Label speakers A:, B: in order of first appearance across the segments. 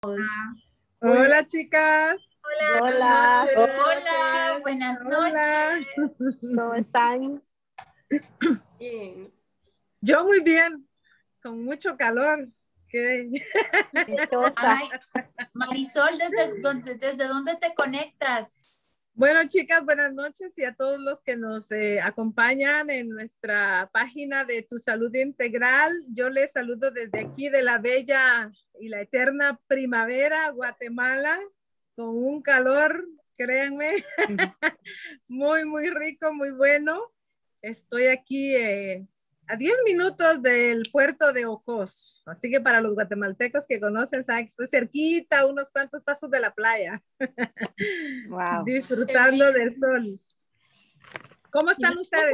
A: Hola, chicas.
B: Hola,
C: Hola, buenas
A: Hola.
C: noches.
B: ¿cómo están?
C: Bien.
A: Yo muy bien, con mucho calor. ¿Qué?
B: Dichosa.
C: Ay, Marisol, ¿desde dónde te conectas?
A: Bueno, chicas, buenas noches y a todos los que nos acompañan en nuestra página de Tu Salud Integral. Yo les saludo desde aquí de la bella y la eterna primavera, Guatemala, con un calor, créanme, muy, muy rico, muy bueno. Estoy aquí a 10 minutos del puerto de Ocos. Así que para los guatemaltecos que conocen, saben que estoy cerquita, unos cuantos pasos de la playa.
B: Wow.
A: Disfrutando del sol. ¿Cómo están ustedes?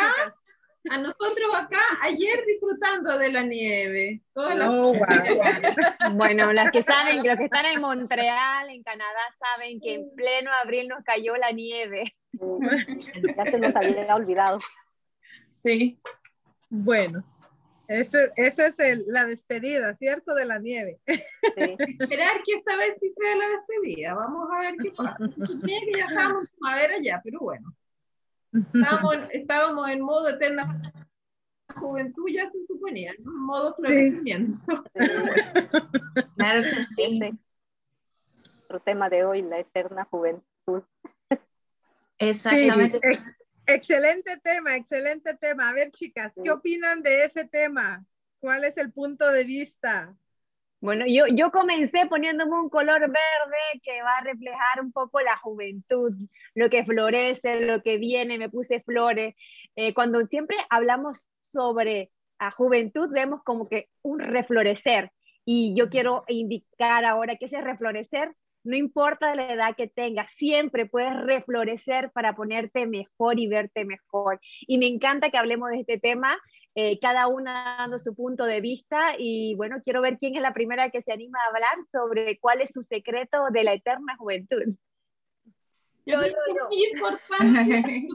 D: A nosotros acá, ayer disfrutando de la nieve.
A: Oh, wow.
B: Bueno, las que saben, los que están en Montreal, en Canadá, saben que en pleno abril nos cayó la nieve. Ya se nos había olvidado.
D: Sí.
A: Bueno, esa es la despedida, ¿cierto? De la nieve.
B: Sí.
D: Esperar que esta vez sí sea la despedida. Vamos a ver qué pasa. Que ya estábamos en primavera ya, pero bueno. Estábamos en modo eterna juventud, ya se suponía, ¿no? En modo florecimiento.
C: Claro que sí.
B: Otro tema de hoy, la eterna juventud.
C: Exactamente.
A: Sí, excelente tema, excelente tema. A ver, chicas, ¿qué opinan de ese tema? ¿Cuál es el punto de vista?
B: Bueno, yo comencé poniéndome un color verde que va a reflejar un poco la juventud, lo que florece, lo que viene, me puse flores. Cuando siempre hablamos sobre la juventud, vemos como que un reflorecer. Y yo quiero indicar ahora que ese reflorecer, no importa la edad que tengas, siempre puedes reflorecer para ponerte mejor y verte mejor. Y me encanta que hablemos de este tema, cada una dando su punto de vista y bueno, quiero ver quién es la primera que se anima a hablar sobre cuál es su secreto de la eterna juventud.
D: Yo creo que es muy importante,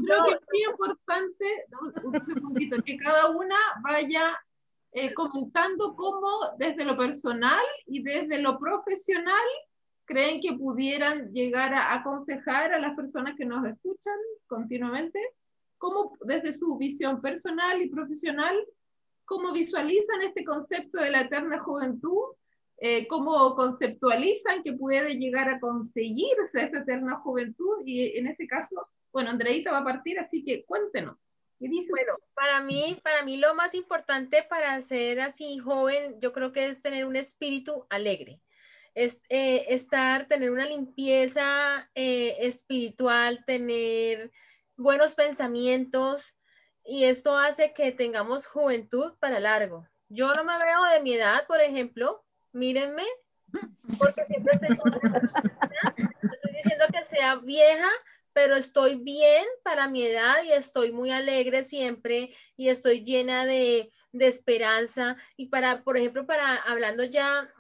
D: un segundito, que cada una vaya comentando cómo desde lo personal y desde lo profesional creen que pudieran llegar a aconsejar a las personas que nos escuchan continuamente, cómo desde su visión personal y profesional, cómo visualizan este concepto de la eterna juventud, cómo conceptualizan que puede llegar a conseguirse esta eterna juventud, y en este caso, bueno, Andreita va a partir, así que cuéntenos. ¿Qué dice?
E: Bueno, para mí lo más importante para ser así joven, yo creo que es tener un espíritu alegre. Es tener una limpieza espiritual, tener buenos pensamientos, y esto hace que tengamos juventud para largo. Yo no me veo de mi edad, por ejemplo, mírenme, porque siempre estoy con una persona. No estoy diciendo que sea vieja, pero estoy bien para mi edad y estoy muy alegre siempre y estoy llena de esperanza. Y para, por ejemplo, hablando ya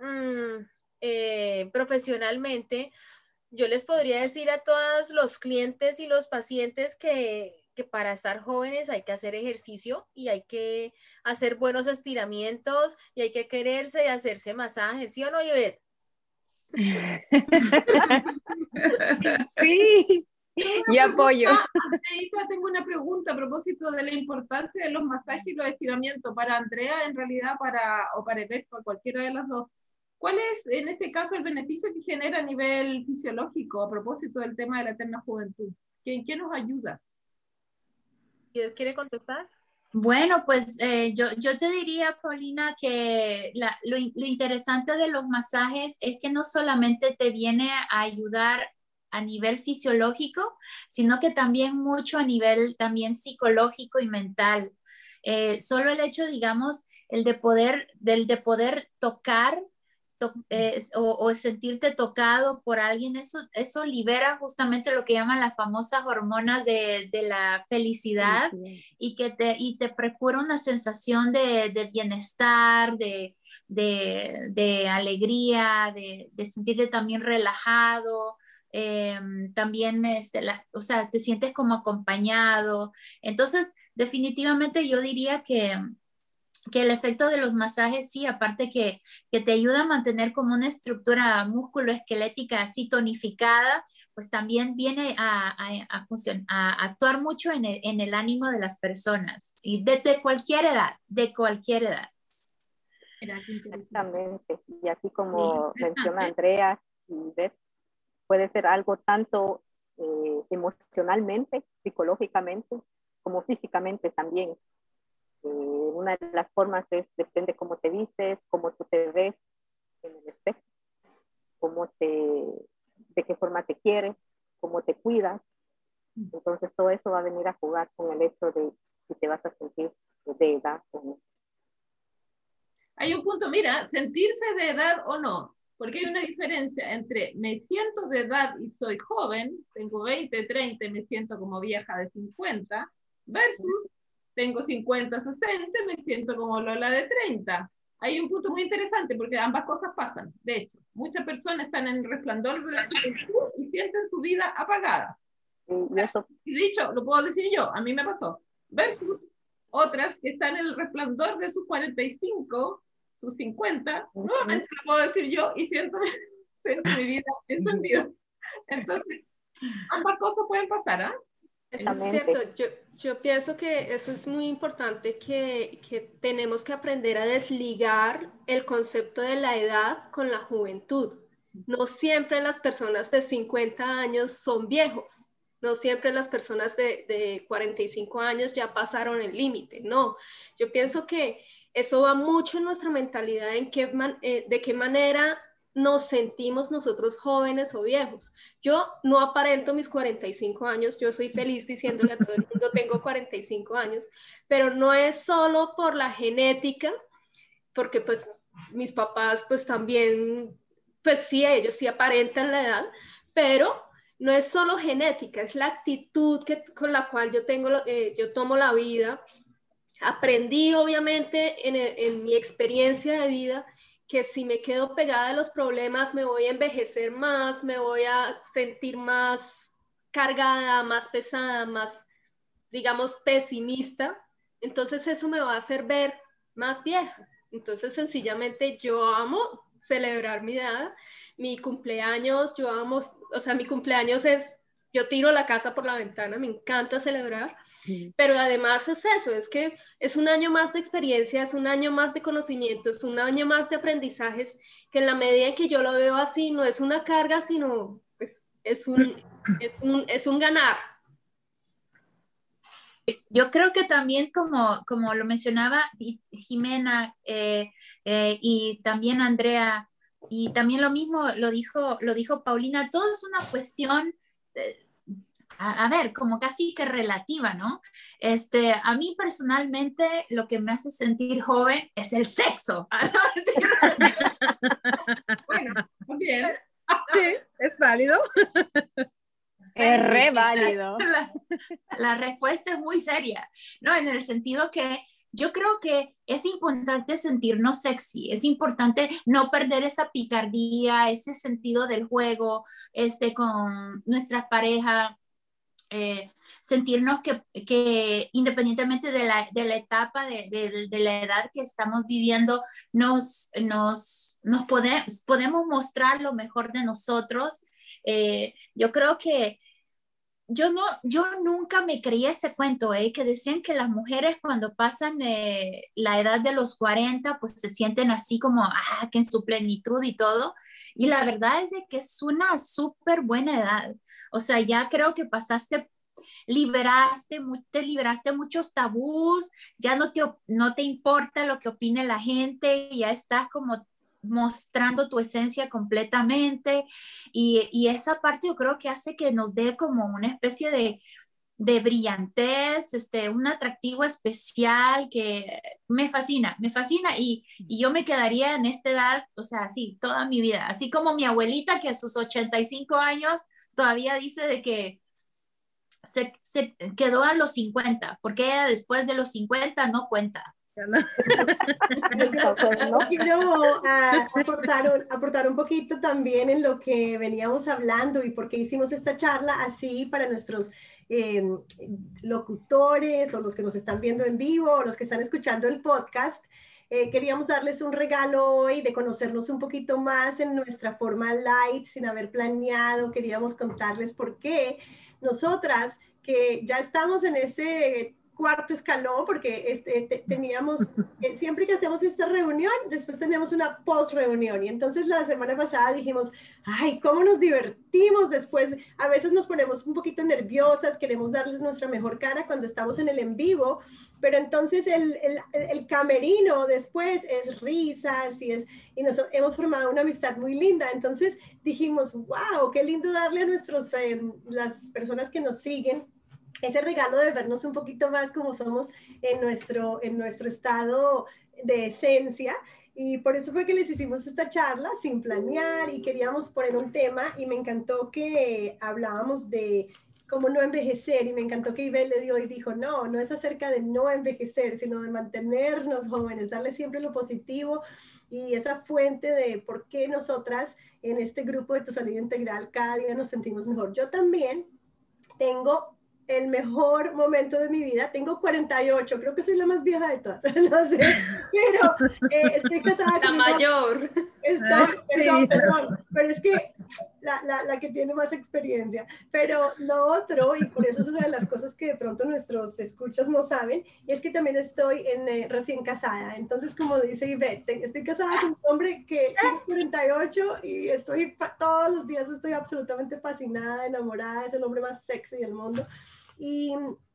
E: profesionalmente, yo les podría decir a todos los clientes y los pacientes que para estar jóvenes hay que hacer ejercicio y hay que hacer buenos estiramientos y hay que quererse y hacerse masajes, ¿sí o no, Ivette?
B: Sí, y apoyo.
D: Andreita, tengo una pregunta a propósito de la importancia de los masajes y los estiramientos para Andrea, en realidad o para Ivette, para cualquiera de las dos. ¿Cuál es, en este caso, el beneficio que genera a nivel fisiológico a propósito del tema de la eterna juventud? ¿Qué nos ayuda?
E: ¿Quiere contestar?
C: Bueno, pues yo te diría, Paulina, que lo interesante de los masajes es que no solamente te viene a ayudar a nivel fisiológico, sino que también mucho a nivel también psicológico y mental. Solo el hecho, digamos, del de poder tocar o sentirte tocado por alguien, eso libera justamente lo que llaman las famosas hormonas de la felicidad, y te procura una sensación de bienestar, de alegría, de sentirte también relajado. También o sea, te sientes como acompañado. Entonces, definitivamente yo diría que el efecto de los masajes, sí, aparte que te ayuda a mantener como una estructura musculoesquelética así tonificada, pues también viene a actuar mucho en el ánimo de las personas, y de cualquier edad, de cualquier edad.
F: Exactamente, y así como menciona Andrea, y ves, puede ser algo tanto emocionalmente, psicológicamente, como físicamente también. Una de las formas es, depende cómo te vistes, cómo tú te ves en el espejo, de qué forma te quieres, cómo te cuidas. Entonces todo eso va a venir a jugar con el hecho de si te vas a sentir de edad o no.
D: Hay un punto, mira, sentirse de edad o no, porque hay una diferencia entre me siento de edad y soy joven, tengo 20, 30 y me siento como vieja de 50, versus tengo 50, 60, me siento como Lola de 30. Hay un punto muy interesante porque ambas cosas pasan. De hecho, muchas personas están en el resplandor de la juventud y sienten su vida apagada. Y dicho, lo puedo decir yo, a mí me pasó. Versus otras que están en el resplandor de sus 45, sus 50, nuevamente lo puedo decir yo y siento mi vida encendida. Entonces, ambas cosas pueden pasar, ¿ah?
G: Eso es cierto. Yo pienso que eso es muy importante, que tenemos que aprender a desligar el concepto de la edad con la juventud. No siempre las personas de 50 años son viejos. No siempre las personas de 45 años ya pasaron el límite. No, yo pienso que eso va mucho en nuestra mentalidad, de qué manera nos sentimos nosotros jóvenes o viejos. Yo no aparento mis 45 años, yo soy feliz diciéndole a todo el mundo tengo 45 años, pero no es solo por la genética, porque pues mis papás pues también, pues sí, ellos sí aparentan la edad, pero no es solo genética, es la actitud con la cual yo tomo la vida. Aprendí obviamente en mi experiencia de vida que si me quedo pegada a los problemas me voy a envejecer más, me voy a sentir más cargada, más pesada, más, digamos, pesimista. Entonces eso me va a hacer ver más vieja. Entonces sencillamente yo amo celebrar mi edad, mi cumpleaños, yo amo, o sea, mi cumpleaños es, yo tiro la casa por la ventana, me encanta celebrar. Pero además es eso, es que es un año más de experiencia, es un año más de conocimiento, es un año más de aprendizajes, que en la medida en que yo lo veo así, no es una carga, sino pues, es un ganar.
C: Yo creo que también, como lo mencionaba Jimena y también Andrea, y también lo mismo lo dijo Paulina, todo es una cuestión a ver, como casi que relativa, ¿no? A mí personalmente lo que me hace sentir joven es el sexo.
D: Bueno, bien.
A: Sí, es válido.
B: Es re válido.
C: La respuesta es muy seria, ¿no? En el sentido que yo creo que es importante sentirnos sexy, es importante no perder esa picardía, ese sentido del juego, con nuestra pareja. Sentirnos que independientemente de la etapa, de la edad que estamos viviendo, podemos mostrar lo mejor de nosotros. Yo creo que yo nunca me creí ese cuento, que decían que las mujeres cuando pasan la edad de los 40, pues se sienten así como, que en su plenitud y todo. Y la verdad es de que es una súper buena edad. O sea, ya creo que te liberaste muchos tabús, ya no te importa lo que opine la gente, ya estás como mostrando tu esencia completamente, y esa parte yo creo que hace que nos dé como una especie de brillantez, un atractivo especial que me fascina y yo me quedaría en esta edad, o sea, sí, toda mi vida, así como mi abuelita que a sus 85 años todavía dice de que se quedó a los 50, porque ella después de los 50 no cuenta.
H: Quiero aportar un poquito también en lo que veníamos hablando y por qué hicimos esta charla así para nuestros locutores o los que nos están viendo en vivo o los que están escuchando el podcast. Queríamos darles un regalo hoy de conocernos un poquito más en nuestra forma light, sin haber planeado. Queríamos contarles por qué nosotras, que ya estamos en ese cuarto escalón, porque teníamos, siempre que hacemos esta reunión, después teníamos una post-reunión, y entonces la semana pasada dijimos, ay, cómo nos divertimos después, a veces nos ponemos un poquito nerviosas, queremos darles nuestra mejor cara cuando estamos en el en vivo, pero entonces el camerino después es risas, y nos hemos formado una amistad muy linda. Entonces dijimos, wow, qué lindo darle a las personas que nos siguen ese regalo de vernos un poquito más como somos en nuestro estado de esencia. Y por eso fue que les hicimos esta charla sin planear, y queríamos poner un tema, y me encantó que hablábamos de cómo no envejecer, y me encantó que Ibel le dio y dijo, no es acerca de no envejecer, sino de mantenernos jóvenes, darle siempre lo positivo, y esa fuente de por qué nosotras en este grupo de Tu Salud Integral cada día nos sentimos mejor. Yo también tengo el mejor momento de mi vida, tengo 48, creo que soy la más vieja de todas, no sé, pero estoy casada
G: la
H: con
G: mayor.
H: Perdón, pero es que la que tiene más experiencia. Pero lo otro, y por eso es una de las cosas que de pronto nuestros escuchas no saben, y es que también estoy recién casada. Entonces, como dice Ivette, estoy casada con un hombre que tiene 48, y todos los días estoy absolutamente fascinada, enamorada, es el hombre más sexy del mundo. Y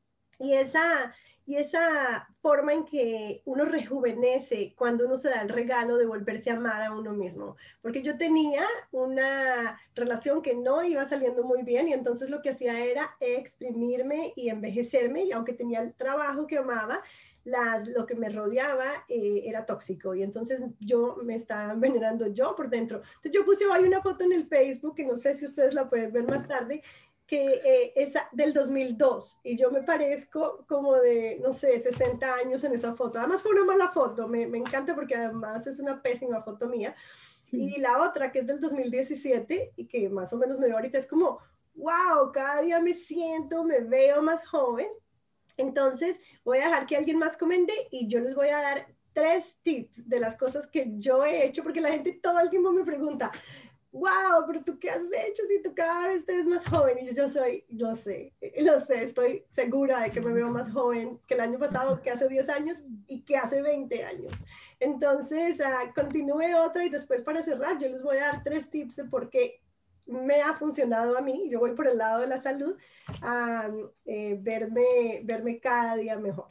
H: esa forma en que uno rejuvenece cuando uno se da el regalo de volverse a amar a uno mismo. Porque yo tenía una relación que no iba saliendo muy bien, y entonces lo que hacía era exprimirme y envejecerme, y aunque tenía el trabajo que amaba, lo que me rodeaba era tóxico, y entonces yo me estaba envenenando yo por dentro. Entonces yo puse hoy una foto en el Facebook, que no sé si ustedes la pueden ver más tarde, que es del 2002, y yo me parezco como de, no sé, 60 años en esa foto. Además fue una mala foto, me encanta porque además es una pésima foto mía. Y la otra, que es del 2017, y que más o menos me veo ahorita, es como, wow, cada día me veo más joven. Entonces voy a dejar que alguien más comente, y yo les voy a dar 3 tips de las cosas que yo he hecho, porque la gente todo el tiempo me pregunta, wow, pero tú qué has hecho si tú cada vez te ves más joven. Y yo sé, estoy segura de que me veo más joven que el año pasado, que hace 10 años y que hace 20 años. Entonces, continúe otra, y después, para cerrar, yo les voy a dar 3 tips de por qué me ha funcionado a mí. Yo voy por el lado de la salud, a verme cada día mejor.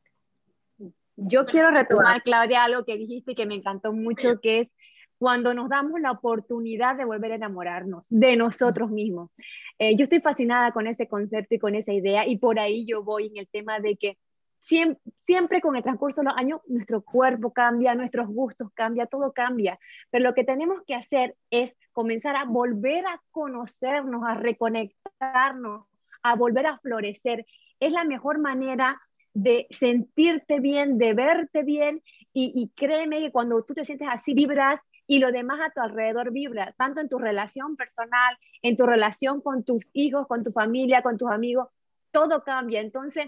B: Yo quiero retomar, Claudia, algo que dijiste y que me encantó mucho, que es cuando nos damos la oportunidad de volver a enamorarnos de nosotros mismos. Yo estoy fascinada con ese concepto y con esa idea, y por ahí yo voy en el tema de que siempre con el transcurso de los años nuestro cuerpo cambia, nuestros gustos cambian, todo cambia, pero lo que tenemos que hacer es comenzar a volver a conocernos, a reconectarnos, a volver a florecer. Es la mejor manera de sentirte bien, de verte bien, y créeme que cuando tú te sientes así, vibras, y lo demás a tu alrededor vibra, tanto en tu relación personal, en tu relación con tus hijos, con tu familia, con tus amigos, todo cambia. Entonces,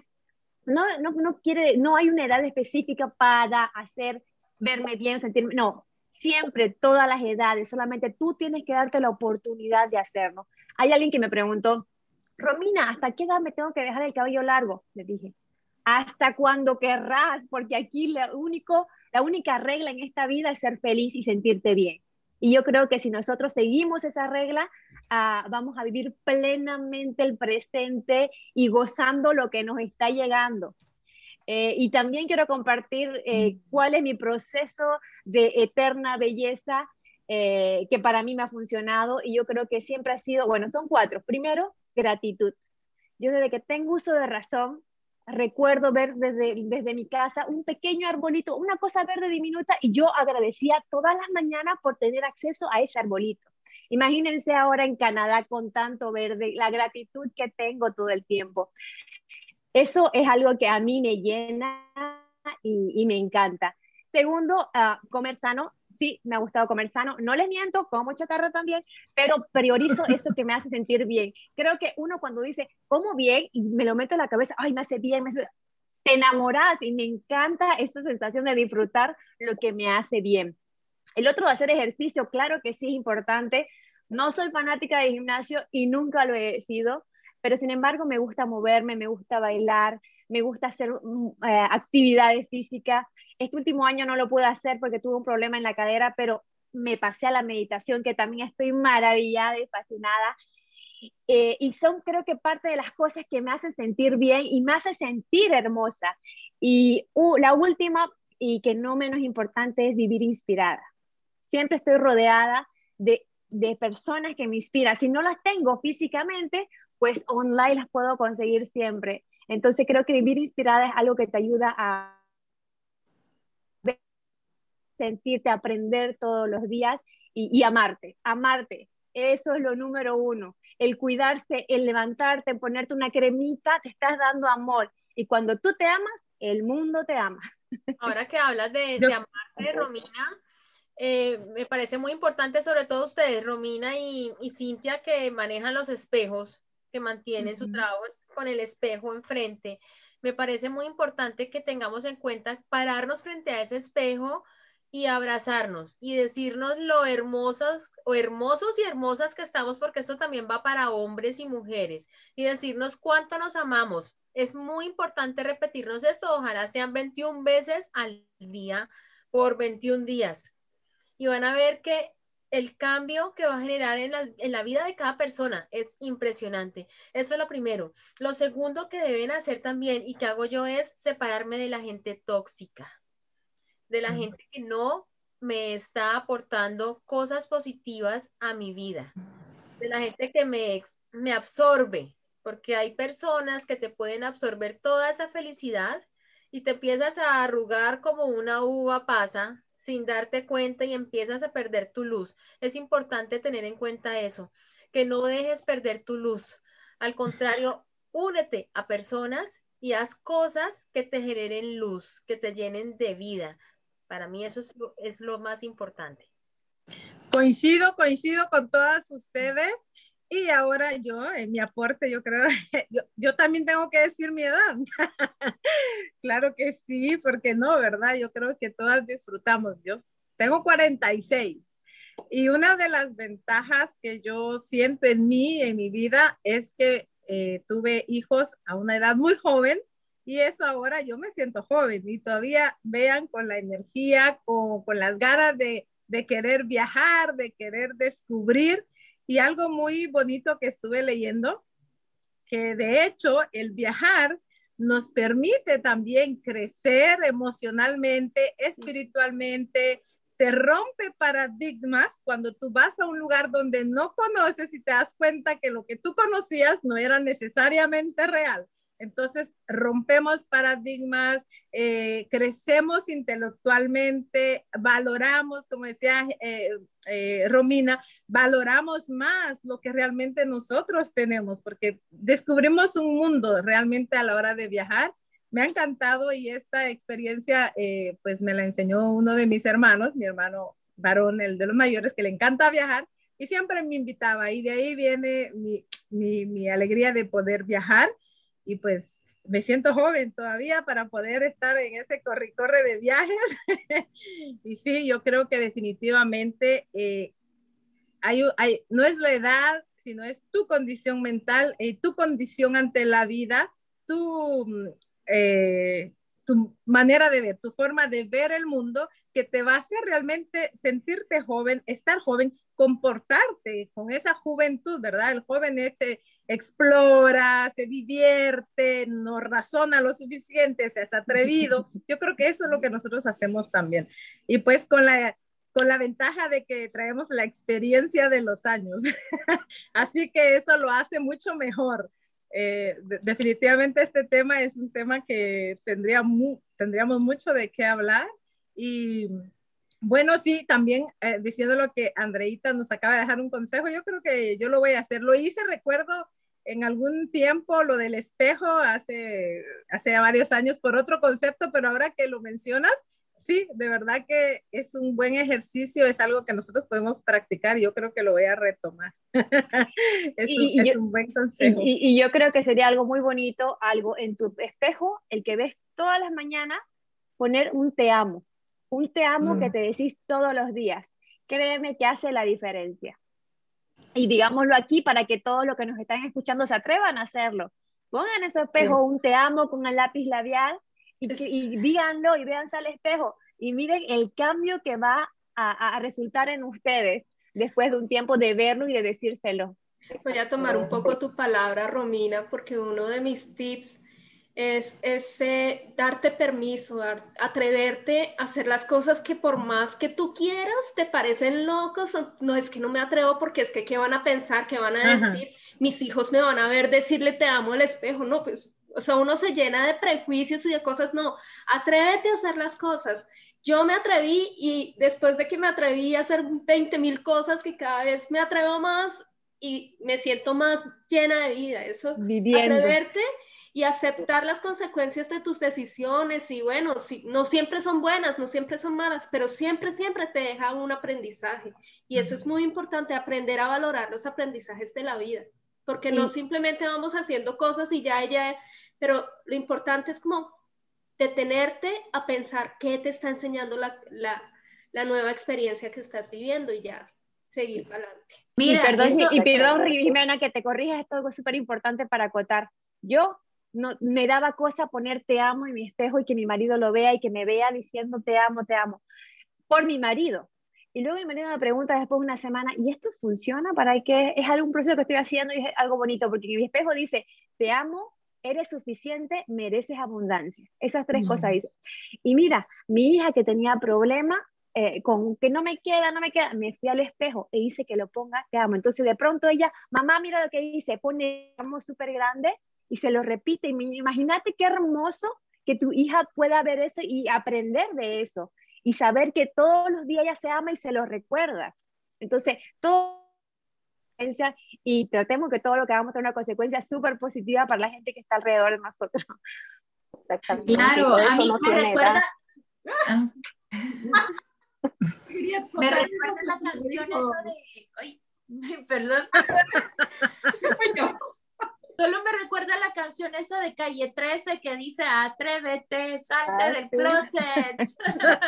B: no hay una edad específica para hacer verme bien, sentirme, no, siempre, todas las edades, solamente tú tienes que darte la oportunidad de hacerlo. Hay alguien que me preguntó, Romina, ¿hasta qué edad me tengo que dejar el cabello largo? Le dije, hasta cuando querrás, porque aquí la única regla en esta vida es ser feliz y sentirte bien. Y yo creo que si nosotros seguimos esa regla, vamos a vivir plenamente el presente y gozando lo que nos está llegando. Y también quiero compartir cuál es mi proceso de eterna belleza, que para mí me ha funcionado, y yo creo que siempre ha sido, bueno, son 4. Primero, gratitud. Yo desde que tengo uso de razón, recuerdo ver desde mi casa un pequeño arbolito, una cosa verde diminuta, y yo agradecía todas las mañanas por tener acceso a ese arbolito. Imagínense ahora en Canadá con tanto verde, la gratitud que tengo todo el tiempo. Eso es algo que a mí me llena y me encanta. Segundo, comer sano. sí, me ha gustado comer sano. No les miento, como chatarra también, pero priorizo eso que me hace sentir bien. Creo que uno cuando dice, como bien, y me lo meto en la cabeza, ay, me hace bien, te enamoras y me encanta esta sensación de disfrutar lo que me hace bien. El otro de hacer ejercicio, claro que sí es importante. No soy fanática de gimnasio y nunca lo he sido, pero sin embargo me gusta moverme, me gusta bailar, me gusta hacer actividades físicas. Este último año no lo pude hacer porque tuve un problema en la cadera, pero me pasé a la meditación, que también estoy maravillada y fascinada. Y son, creo que, parte de las cosas que me hacen sentir bien y me hace sentir hermosa. Y la última, y que no menos importante, es vivir inspirada. Siempre estoy rodeada de personas que me inspiran. Si no las tengo físicamente, pues online las puedo conseguir siempre. Entonces creo que vivir inspirada es algo que te ayuda a sentirte, a aprender todos los días y amarte. Eso es lo número uno. El cuidarse, el levantarte, ponerte una cremita, te estás dando amor. Y cuando tú te amas, el mundo te ama.
E: Ahora que hablas de amarte, Romina, me parece muy importante, sobre todo ustedes, Romina y Cintia, que manejan los espejos, que mantienen su trabajo con el espejo enfrente. Me parece muy importante que tengamos en cuenta pararnos frente a ese espejo y abrazarnos y decirnos lo hermosos y hermosas que estamos, porque esto también va para hombres y mujeres, y decirnos cuánto nos amamos. Es muy importante repetirnos esto, ojalá sean 21 veces al día por 21 días. Y van a ver que el cambio que va a generar en la vida de cada persona es impresionante. Eso es lo primero. Lo segundo que deben hacer también, y que hago yo, es separarme de la gente tóxica, de la gente que no me está aportando cosas positivas a mi vida, de la gente que me absorbe, porque hay personas que te pueden absorber toda esa felicidad y te empiezas a arrugar como una uva pasa sin darte cuenta y empiezas a perder tu luz. Es importante tener en cuenta eso, que no dejes perder tu luz. Al contrario, únete a personas y haz cosas que te generen luz, que te llenen de vida. Para mí eso es lo más importante.
A: Coincido con todas ustedes. Y ahora yo, en mi aporte, yo creo, yo también tengo que decir mi edad. Claro que sí, porque no, ¿verdad? Yo creo que todas disfrutamos. Yo tengo 46 y una de las ventajas que yo siento en mí, en mi vida, es que tuve hijos a una edad muy joven, y eso ahora yo me siento joven y todavía vean con la energía, con las ganas de querer viajar, de querer descubrir. Y algo muy bonito que estuve leyendo, que de hecho el viajar nos permite también crecer emocionalmente, espiritualmente, te rompe paradigmas cuando tú vas a un lugar donde no conoces y te das cuenta que lo que tú conocías no era necesariamente real. Entonces rompemos paradigmas, crecemos intelectualmente, valoramos, como decía Romina, valoramos más lo que realmente nosotros tenemos, porque descubrimos un mundo realmente a la hora de viajar. Me ha encantado, y esta experiencia pues me la enseñó uno de mis hermanos, mi hermano varón, el de los mayores, que le encanta viajar y siempre me invitaba, y de ahí viene mi alegría de poder viajar. Y pues me siento joven todavía para poder estar en ese corre de viajes. Y sí, yo creo que definitivamente no es la edad, sino es tu condición mental y tu condición ante la vida, tu manera de ver, tu forma de ver el mundo, que te va a hacer realmente sentirte joven, estar joven, comportarte con esa juventud, ¿verdad? El joven se explora, se divierte, no razona lo suficiente, o sea, es atrevido. Yo creo que eso es lo que nosotros hacemos también. Y pues con la ventaja de que traemos la experiencia de los años. Así que eso lo hace mucho mejor. Definitivamente este tema es un tema que tendríamos mucho de qué hablar. Y bueno, sí, también diciendo lo que Andreita nos acaba de dejar un consejo, yo creo que yo lo voy a hacer. Lo hice, recuerdo en algún tiempo, lo del espejo hace varios años por otro concepto, pero ahora que lo mencionas, sí, de verdad que es un buen ejercicio, es algo que nosotros podemos practicar. Yo creo que lo voy a retomar. Es un buen consejo.
B: Y yo creo que sería algo muy bonito, algo en tu espejo, el que ves todas las mañanas, poner un te amo que te decís todos los días. Créeme que hace la diferencia. Y digámoslo aquí para que todos los que nos están escuchando se atrevan a hacerlo. Pongan en su espejo un te amo con el lápiz labial y díganlo y véanse al espejo y miren el cambio que va a resultar en ustedes después de un tiempo de verlo y de decírselo.
G: Voy a tomar un poco tu palabra, Romina, porque uno de mis tips es darte permiso, atreverte a hacer las cosas que por más que tú quieras te parecen locos. No, es que no me atrevo porque es que qué van a pensar, qué van a decir, mis hijos me van a ver decirle te amo al espejo. No, pues, o sea, uno se llena de prejuicios y de cosas. No, atrévete a hacer las cosas. Yo me atreví y después de que me atreví a hacer 20,000 cosas que cada vez me atrevo más y me siento más llena de vida. Eso,
B: viviendo.
G: Atreverte y aceptar las consecuencias de tus decisiones. Y bueno, no siempre son buenas, no siempre son malas, pero siempre te deja un aprendizaje. Y eso es muy importante, aprender a valorar los aprendizajes de la vida, porque no simplemente vamos haciendo cosas y ya, pero lo importante es como detenerte a pensar qué te está enseñando la nueva experiencia que estás viviendo y ya seguir adelante.
B: Mira, perdón, Jimena, que te corrija, esto es algo súper importante para acotar. Yo no me daba cosa poner te amo en mi espejo y que mi marido lo vea y que me vea diciendo te amo, por mi marido. Y luego mi marido me pregunta después de una semana, ¿y esto funciona? ¿Para qué? Es algún proceso que estoy haciendo y es algo bonito, porque mi espejo dice, te amo, eres suficiente, mereces abundancia. Esas tres cosas dice. Y mira, mi hija que tenía problemas, con que no me queda, me fui al espejo e hice que lo ponga, te amo. Entonces de pronto ella, mamá, mira lo que dice, pone te amo súper grande y se lo repite. Y imagínate qué hermoso que tu hija pueda ver eso y aprender de eso y saber que todos los días ella se ama y se lo recuerda. Entonces, todo y tratemos que todo lo que hagamos tenga una consecuencia súper positiva para la gente que está alrededor de nosotros.
C: Claro, a mí me recuerda... Me recuerda la canción esa de... Ay, perdón. Solo me recuerda la canción esa de Calle 13 que dice atrévete, salte del closet.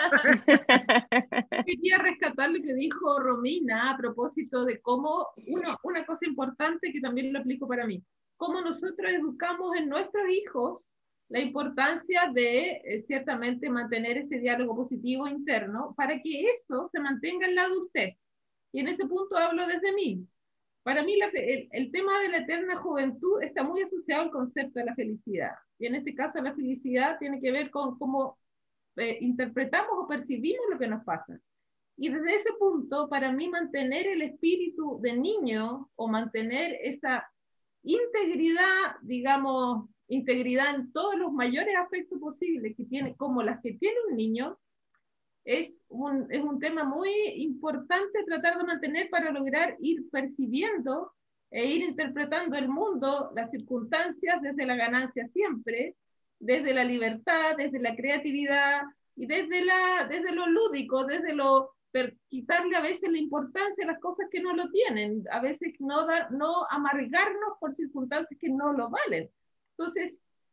D: Quería rescatar lo que dijo Romina a propósito de cómo, una cosa importante que también lo aplico para mí, cómo nosotros educamos en nuestros hijos la importancia de ciertamente mantener este diálogo positivo interno para que eso se mantenga en la adultez. Y en ese punto hablo desde mí. Para mí el tema de la eterna juventud está muy asociado al concepto de la felicidad. Y en este caso la felicidad tiene que ver con cómo interpretamos o percibimos lo que nos pasa. Y desde ese punto, para mí mantener el espíritu de niño o mantener esa integridad, digamos, integridad en todos los mayores aspectos posibles que tiene, como las que tiene un niño, es un tema muy importante tratar de mantener para lograr ir percibiendo e ir interpretando el mundo, las circunstancias desde la ganancia siempre, desde la libertad, desde la creatividad y desde lo lúdico, desde quitarle a veces la importancia a las cosas que no lo tienen, a veces no amargarnos por circunstancias que no lo valen. Entonces,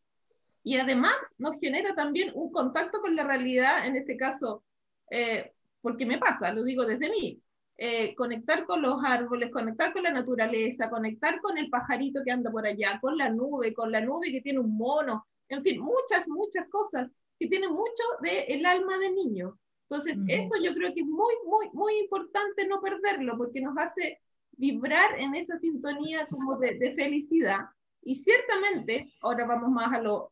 D: y además nos genera también un contacto con la realidad, en este caso, porque me pasa, lo digo desde mí, conectar con los árboles, conectar con la naturaleza, conectar con el pajarito que anda por allá, con la nube que tiene un mono, en fin, muchas cosas que tienen mucho del alma de niño. Entonces, esto yo creo que es muy importante no perderlo, porque nos hace vibrar en esa sintonía como de felicidad. Y ciertamente, ahora vamos más a lo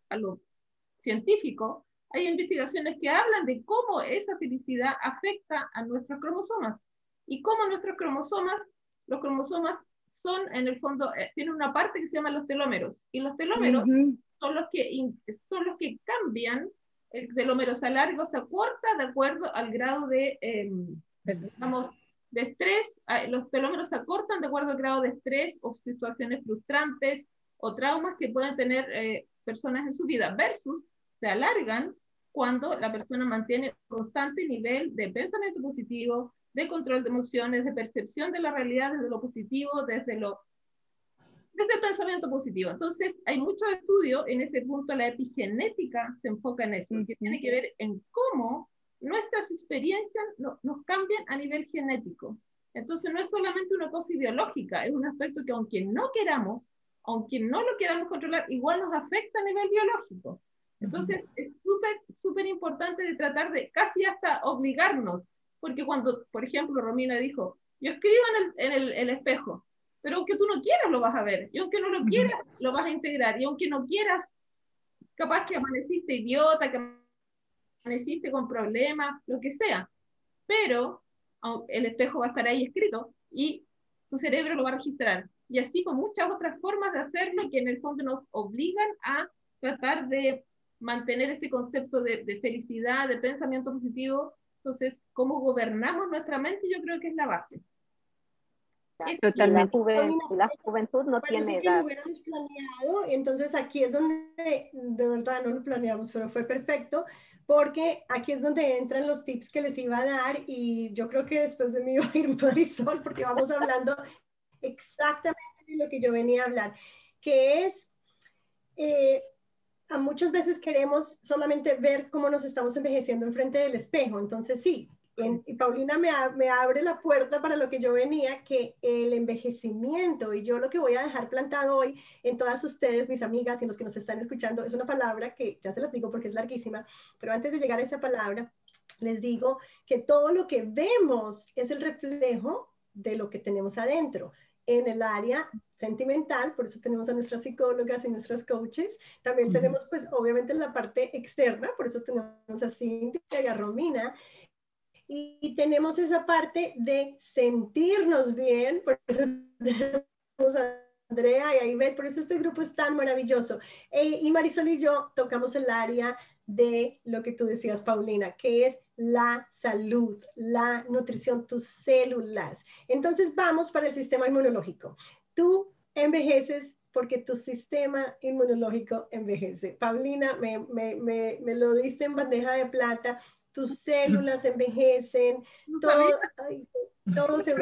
D: científico, hay investigaciones que hablan de cómo esa felicidad afecta a nuestros cromosomas y cómo los cromosomas son, en el fondo, tienen una parte que se llama los telómeros, y los telómeros son los que cambian. El telómero se alarga o se acorta de acuerdo al grado de, de estrés. Los telómeros se acortan de acuerdo al grado de estrés o situaciones frustrantes o traumas que pueden tener personas en su vida, versus se alargan cuando la persona mantiene un constante nivel de pensamiento positivo, de control de emociones, de percepción de la realidad desde lo positivo, desde el pensamiento positivo. Entonces, hay muchos estudios en ese punto. La epigenética se enfoca en eso, que tiene que ver en cómo nuestras experiencias nos cambian a nivel genético. Entonces, no es solamente una cosa ideológica, es un aspecto que aunque no queramos, aunque no lo queramos controlar, igual nos afecta a nivel biológico. Entonces, es súper, súper importante de tratar de casi hasta obligarnos, porque cuando, por ejemplo, Romina dijo, yo escribo en el espejo, pero aunque tú no quieras lo vas a ver, y aunque no lo quieras lo vas a integrar, y aunque no quieras, capaz que amaneciste idiota, que amaneciste con problemas, lo que sea, pero el espejo va a estar ahí escrito y tu cerebro lo va a registrar. Y así con muchas otras formas de hacerlo que en el fondo nos obligan a tratar de mantener este concepto de felicidad, de pensamiento positivo. Entonces, cómo gobernamos nuestra mente, yo creo que es la base.
F: Totalmente. La juventud no tiene edad.
H: Lo hubiéramos planeado, entonces aquí es donde, de verdad no lo planeamos, pero fue perfecto, porque aquí es donde entran los tips que les iba a dar, y yo creo que después de mí va a ir Marisol, porque vamos hablando exactamente de lo que yo venía a hablar, que es, a muchas veces queremos solamente ver cómo nos estamos envejeciendo enfrente del espejo, entonces sí. Y Paulina me abre la puerta para lo que yo venía, que el envejecimiento, y yo lo que voy a dejar plantado hoy en todas ustedes, mis amigas y los que nos están escuchando, es una palabra que ya se las digo porque es larguísima, pero antes de llegar a esa palabra, les digo que todo lo que vemos es el reflejo de lo que tenemos adentro. En el área sentimental, por eso tenemos a nuestras psicólogas y nuestras coaches, también tenemos pues obviamente la parte externa, por eso tenemos a Cintia y a Romina, y tenemos esa parte de sentirnos bien, por eso tenemos a Andrea y a Ivette, por eso este grupo es tan maravilloso. Y Marisol y yo tocamos el área de lo que tú decías, Paulina, que es la salud, la nutrición, tus células. Entonces vamos para el sistema inmunológico. Tú envejeces porque tu sistema inmunológico envejece. Paulina, me lo diste en bandeja de plata. Tus células envejecen, todo se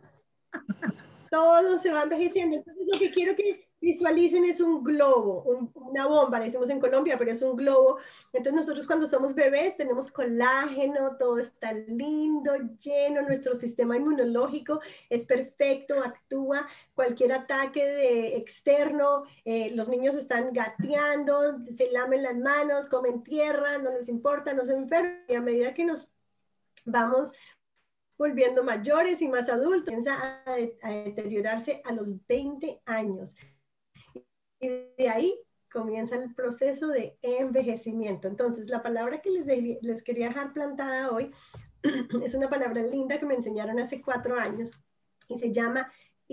H: va envejeciendo. Entonces lo que quiero que visualicen es un globo, una bomba, le decimos en Colombia, pero es un globo. Entonces nosotros cuando somos bebés tenemos colágeno, todo está lindo, lleno, nuestro sistema inmunológico es perfecto, actúa cualquier ataque externo, los niños están gateando, se lamen las manos, comen tierra, no les importa, no se enferman, y a medida que nos vamos volviendo mayores y más adultos, comienza a deteriorarse a los 20 años. Y de ahí comienza el proceso de envejecimiento. Entonces, la palabra que les quería dejar plantada hoy es una palabra linda que me enseñaron hace 4 años y se llama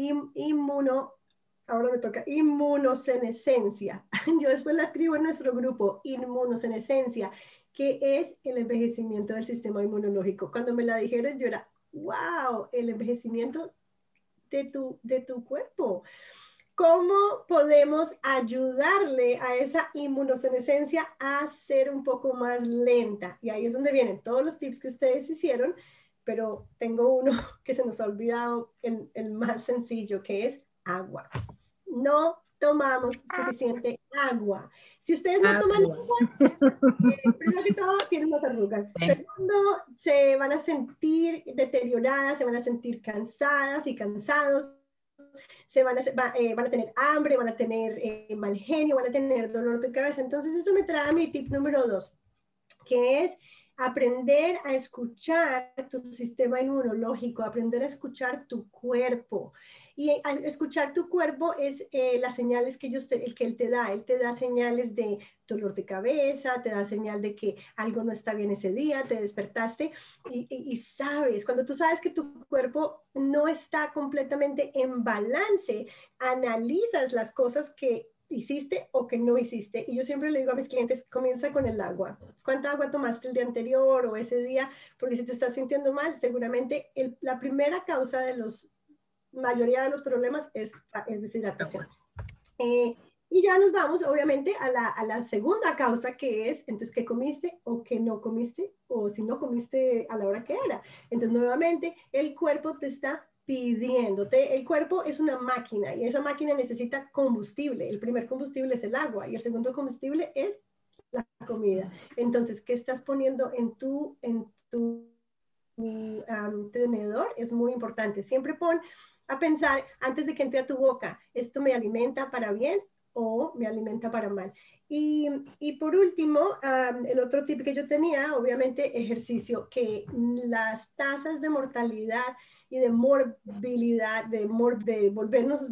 H: ahora me toca, inmunosenescencia. Yo después la escribo en nuestro grupo, inmunosenescencia, que es el envejecimiento del sistema inmunológico. Cuando me la dijeron, yo era, wow, el envejecimiento de tu cuerpo. ¿Cómo podemos ayudarle a esa inmunosenescencia a ser un poco más lenta? Y ahí es donde vienen todos los tips que ustedes hicieron, pero tengo uno que se nos ha olvidado, el más sencillo, que es agua. No tomamos suficiente agua. Si ustedes no toman agua, primero que todo, tienen más arrugas. Segundo, se van a sentir deterioradas, se van a sentir cansadas y cansados. Van a tener hambre, van a tener mal genio, van a tener dolor de cabeza. Entonces eso me trae a mi tip número 2, que es aprender a escuchar tu sistema inmunológico, aprender a escuchar tu cuerpo. Y escuchar tu cuerpo es las señales que él te da. Él te da señales de dolor de cabeza, te da señal de que algo no está bien ese día, te despertaste y sabes, cuando tú sabes que tu cuerpo no está completamente en balance, analizas las cosas que hiciste o que no hiciste. Y yo siempre le digo a mis clientes, comienza con el agua. ¿Cuánta agua tomaste el día anterior o ese día? Porque si te estás sintiendo mal, seguramente la primera causa de mayoría de los problemas es deshidratación. Y ya nos vamos, obviamente, a la segunda causa, que es, entonces, ¿qué comiste o qué no comiste? O si no comiste a la hora que era. Entonces, nuevamente, el cuerpo te está pidiendo. El cuerpo es una máquina y esa máquina necesita combustible. El primer combustible es el agua y el segundo combustible es la comida. Entonces, ¿qué estás poniendo en tu tenedor? Es muy importante. Siempre pon a pensar antes de que entre a tu boca, ¿esto me alimenta para bien o me alimenta para mal? Y por último, el otro tip que yo tenía, obviamente ejercicio, que las tasas de mortalidad y de morbilidad, de volvernos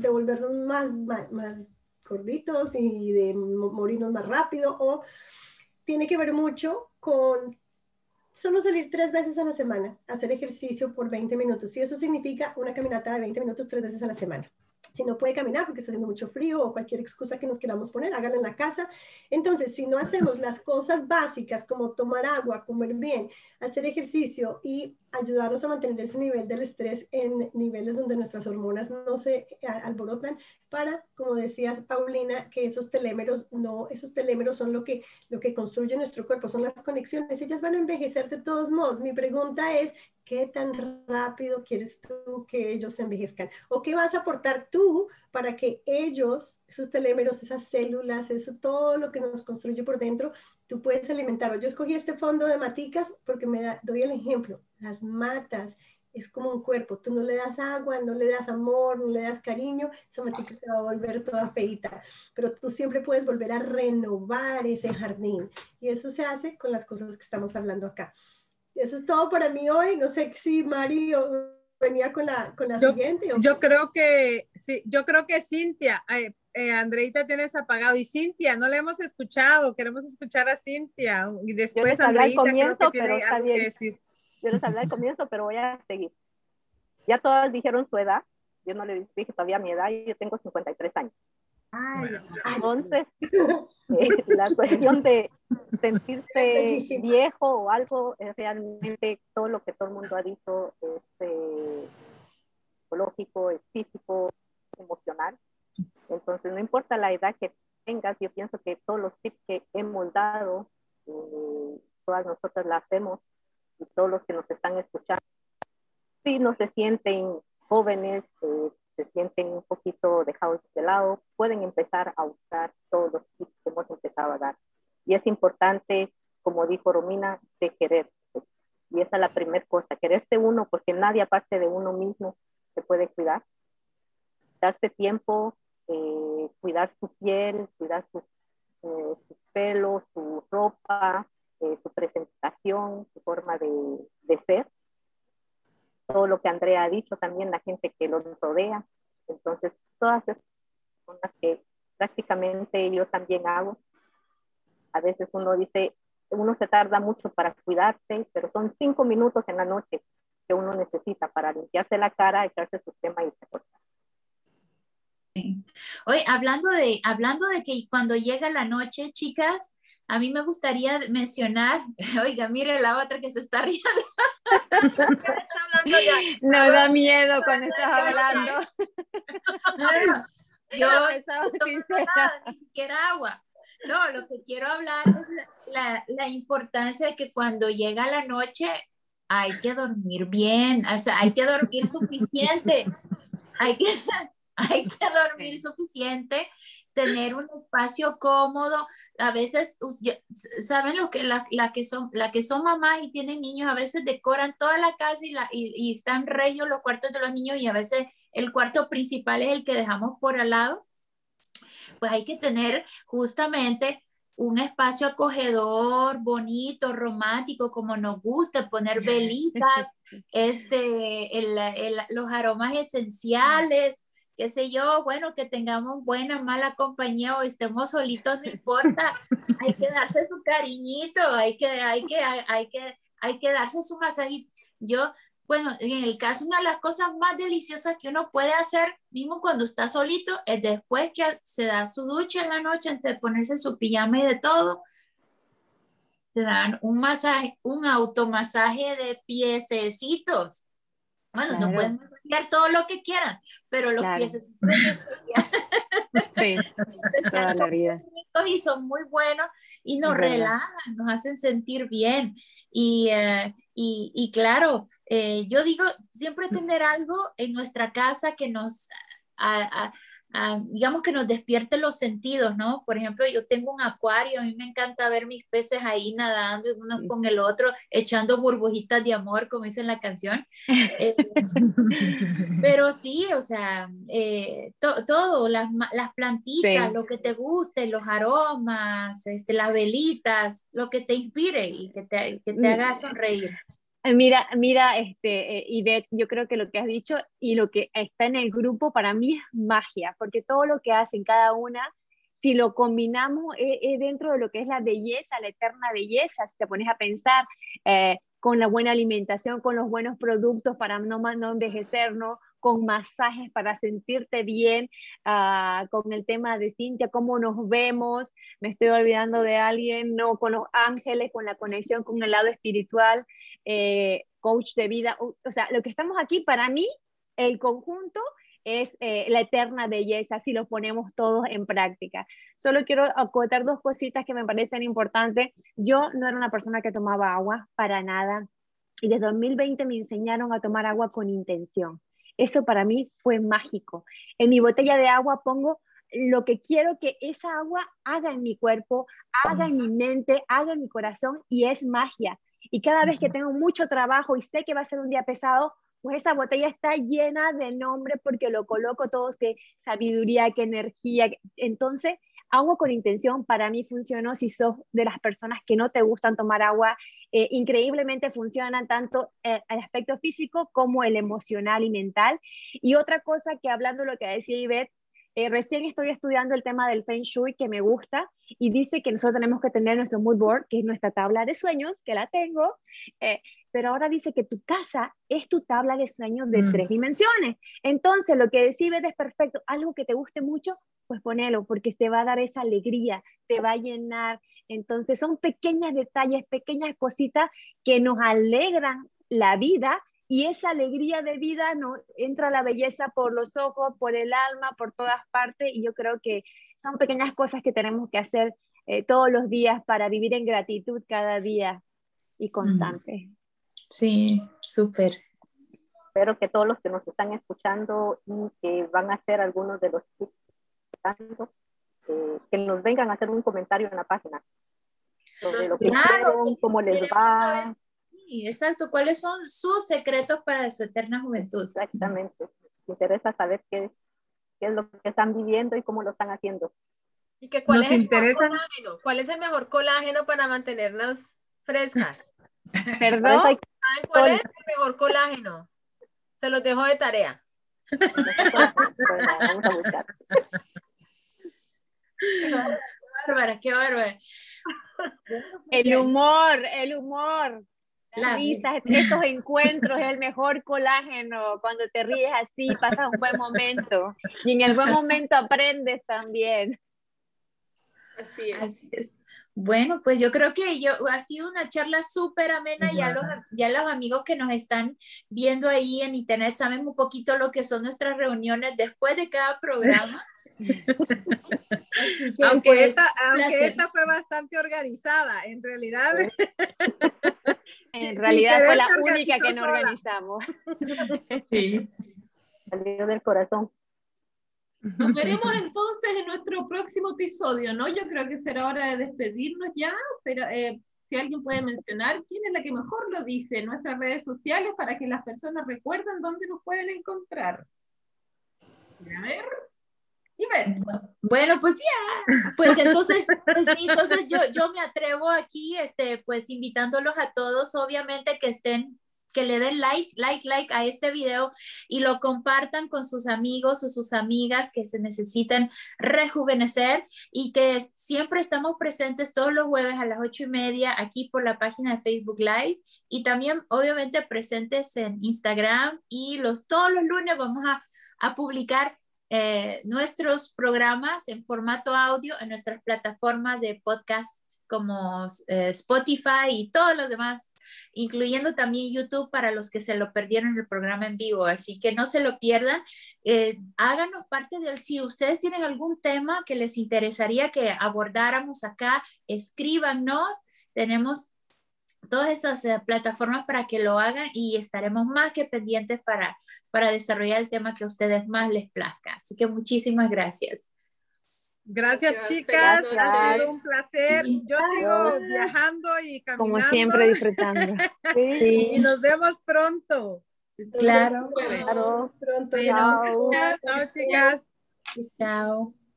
H: más gorditos y de morirnos más rápido, o tiene que ver mucho con solo salir 3 veces a la semana, hacer ejercicio por 20 minutos. Y eso significa una caminata de 20 minutos 3 veces a la semana. Si no puede caminar porque está haciendo mucho frío o cualquier excusa que nos queramos poner, hágalo en la casa. Entonces, si no hacemos las cosas básicas como tomar agua, comer bien, hacer ejercicio y ayudarnos a mantener ese nivel del estrés en niveles donde nuestras hormonas no se alborotan, para, como decías, Paulina, que esos telémeros son lo que construye nuestro cuerpo, son las conexiones, ellas van a envejecer de todos modos. Mi pregunta es, ¿qué tan rápido quieres tú que ellos envejezcan? ¿O qué vas a aportar tú para que ellos, esos telémeros, esas células, eso, todo lo que nos construye por dentro, tú puedes alimentar? Yo escogí este fondo de maticas porque doy el ejemplo. Las matas es como un cuerpo. Tú no le das agua, no le das amor, no le das cariño, esa matica se va a volver toda feita. Pero tú siempre puedes volver a renovar ese jardín. Y eso se hace con las cosas que estamos hablando acá. Eso es todo para mí hoy. No sé si Mari venía con la siguiente.
A: Yo creo que sí, yo creo que Cintia, Andreita tienes apagado, y Cintia, no la hemos escuchado, queremos escuchar a Cintia y después Andreita creo que tiene algo que decir.
F: Yo les hablé al comienzo, pero voy a seguir. Ya todas dijeron su edad, yo no les dije todavía mi edad, yo tengo 53 años. Entonces, la cuestión de sentirse viejo o algo es realmente todo lo que todo el mundo ha dicho, es psicológico, es físico, emocional. Entonces, no importa la edad que tengas, yo pienso que todos los tips que hemos dado, todas nosotras la hacemos, y todos los que nos están escuchando, si no se sienten jóvenes, se sienten un poquito dejados de lado, pueden empezar a usar todos los tips que hemos empezado a dar. Y es importante, como dijo Romina, de quererse. Y esa es la primera cosa, quererse uno, porque nadie aparte de uno mismo se puede cuidar. Darse tiempo, cuidar su piel, cuidar su pelo, su ropa, su presentación, su forma de ser. Todo lo que Andrea ha dicho, también la gente que los rodea. Entonces, todas esas son las que prácticamente yo también hago. A veces uno dice, uno se tarda mucho para cuidarse, pero son 5 minutos en la noche que uno necesita para limpiarse la cara, echarse su crema y se corta.
C: Hoy, hablando de que cuando llega la noche, chicas, a mí me gustaría mencionar, oiga, mire la otra que se está riendo.
B: No da miedo cuando estás hablando.
C: No, yo no tomo nada, ni siquiera agua. No, lo que quiero hablar es la importancia de que cuando llega la noche hay que dormir bien, o sea, hay que dormir suficiente. Hay que dormir suficiente, tener un espacio cómodo. A veces, ¿saben lo que la que son mamás y tienen niños? A veces decoran toda la casa y están rellos los cuartos de los niños, y a veces el cuarto principal es el que dejamos por al lado. Pues hay que tener justamente un espacio acogedor, bonito, romántico, como nos gusta, poner velitas, los aromas esenciales, qué sé yo, bueno, que tengamos buena, mala compañía o estemos solitos, no importa, hay que darse su cariñito, hay que darse su masajito. Bueno, en el caso, una de las cosas más deliciosas que uno puede hacer, mismo cuando está solito, es después que se da su ducha en la noche, antes de ponerse su pijama y de todo, te dan un masaje, un automasaje de piececitos. Bueno, claro. Se pueden masajear todo lo que quieran, pero los piececitos
B: Sí, toda la vida.
C: Y son muy buenos y nos relajan, nos hacen sentir bien. Y claro, yo digo, siempre tener algo en nuestra casa que nos, digamos que nos despierte los sentidos, ¿no? Por ejemplo, yo tengo un acuario, a mí me encanta ver mis peces ahí nadando uno con el otro, echando burbujitas de amor, como dice en la canción. Pero sí, o sea, todo, las plantitas, lo que te guste, los aromas, las velitas, lo que te inspire y que te haga sonreír.
B: Mira, Ivette, yo creo que lo que has dicho y lo que está en el grupo para mí es magia, porque todo lo que hacen cada una, si lo combinamos, es dentro de lo que es la belleza, la eterna belleza, si te pones a pensar, con la buena alimentación, con los buenos productos para no envejecernos, con masajes para sentirte bien, con el tema de Cintia, cómo nos vemos, me estoy olvidando de alguien, no, con los ángeles, con la conexión con el lado espiritual, coach de vida, o sea, lo que estamos aquí para mí, el conjunto es la eterna belleza si lo ponemos todos en práctica. Solo quiero acotar dos cositas que me parecen importantes. Yo no era una persona que tomaba agua para nada y desde 2020 me enseñaron a tomar agua con intención. Eso para mí fue mágico. En mi botella de agua pongo lo que quiero que esa agua haga en mi cuerpo, haga en mi mente, haga en mi corazón y es magia. Y cada vez que tengo mucho trabajo y sé que va a ser un día pesado, pues esa botella está llena de nombres porque lo coloco todos, que sabiduría, que energía. Entonces, agua con intención para mí funcionó. Si sos de las personas que no te gustan tomar agua, increíblemente funcionan tanto el aspecto físico como el emocional y mental. Y otra cosa que hablando de lo que decía Ivette, recién estoy estudiando el tema del Feng Shui que me gusta y dice que nosotros tenemos que tener nuestro mood board, que es nuestra tabla de sueños, que la tengo, pero ahora dice que tu casa es tu tabla de sueños de 3 dimensiones. Entonces, lo que decís es perfecto, algo que te guste mucho, pues ponelo, porque te va a dar esa alegría, te va a llenar. Entonces, son pequeños detalles, pequeñas cositas que nos alegran la vida. Y esa alegría de vida entra la belleza por los ojos, por el alma, por todas partes. Y yo creo que son pequeñas cosas que tenemos que hacer todos los días para vivir en gratitud cada día y constante.
C: Sí, súper.
F: Espero que todos los que nos están escuchando y que van a hacer algunos de los tips que nos vengan a hacer un comentario en la página sobre lo que hicieron, cómo les va.
C: Sí, exacto. ¿Cuáles son sus secretos para su eterna juventud?
F: Exactamente. Me interesa saber qué es lo que están viviendo y cómo lo están haciendo.
E: ¿Y que cuál es el mejor colágeno? ¿Cuál es el mejor colágeno para mantenernos frescas?
B: ¿Perdón?
E: ¿Saben cuál es el mejor colágeno? Se los dejo de tarea.
F: Bueno, vamos a buscar.
C: Qué bárbara, qué bárbara.
B: El humor. Las risas, esos encuentros es el mejor colágeno. Cuando te ríes así, pasas un buen momento. Y en el buen momento aprendes también.
C: Así es. Bueno, pues yo creo que ha sido una charla súper amena. Ya los amigos que nos están viendo ahí en internet saben un poquito lo que son nuestras reuniones después de cada programa.
A: Aunque pues, esta fue bastante organizada, en realidad.
B: En realidad fue la única que no organizamos.
C: Sí.
F: Salió del corazón.
D: Nos veremos entonces en nuestro próximo episodio, ¿no? Yo creo que será hora de despedirnos ya. Pero, si alguien puede mencionar quién es la que mejor lo dice en nuestras redes sociales para que las personas recuerden dónde nos pueden encontrar. A ver.
C: Bueno, pues ya, pues entonces, pues sí, entonces yo me atrevo aquí, pues invitándolos a todos, obviamente que le den like a este video y lo compartan con sus amigos o sus amigas que se necesitan rejuvenecer y que siempre estamos presentes todos los jueves a las 8:30 aquí por la página de Facebook Live y también obviamente presentes en Instagram y todos los lunes vamos a publicar nuestros programas en formato audio en nuestras plataformas de podcast como Spotify y todas las demás incluyendo también YouTube para los que se lo perdieron en el programa en vivo. Así que no se lo pierdan. Háganos parte del, si ustedes tienen algún tema que les interesaría que abordáramos acá, escríbanos. Tenemos todas esas plataformas para que lo hagan y estaremos más que pendientes para desarrollar el tema que a ustedes más les plazca. Así que muchísimas gracias.
A: Gracias, chicas.
H: Gracias.
A: Ha sido un placer.
C: Sí.
A: Yo sigo viajando y caminando.
B: Como siempre, disfrutando.
A: Sí. Y nos vemos pronto.
C: Claro.
H: Claro. Pronto.
C: Bueno.
H: Chao.
A: Chao, chicas.
C: Chao.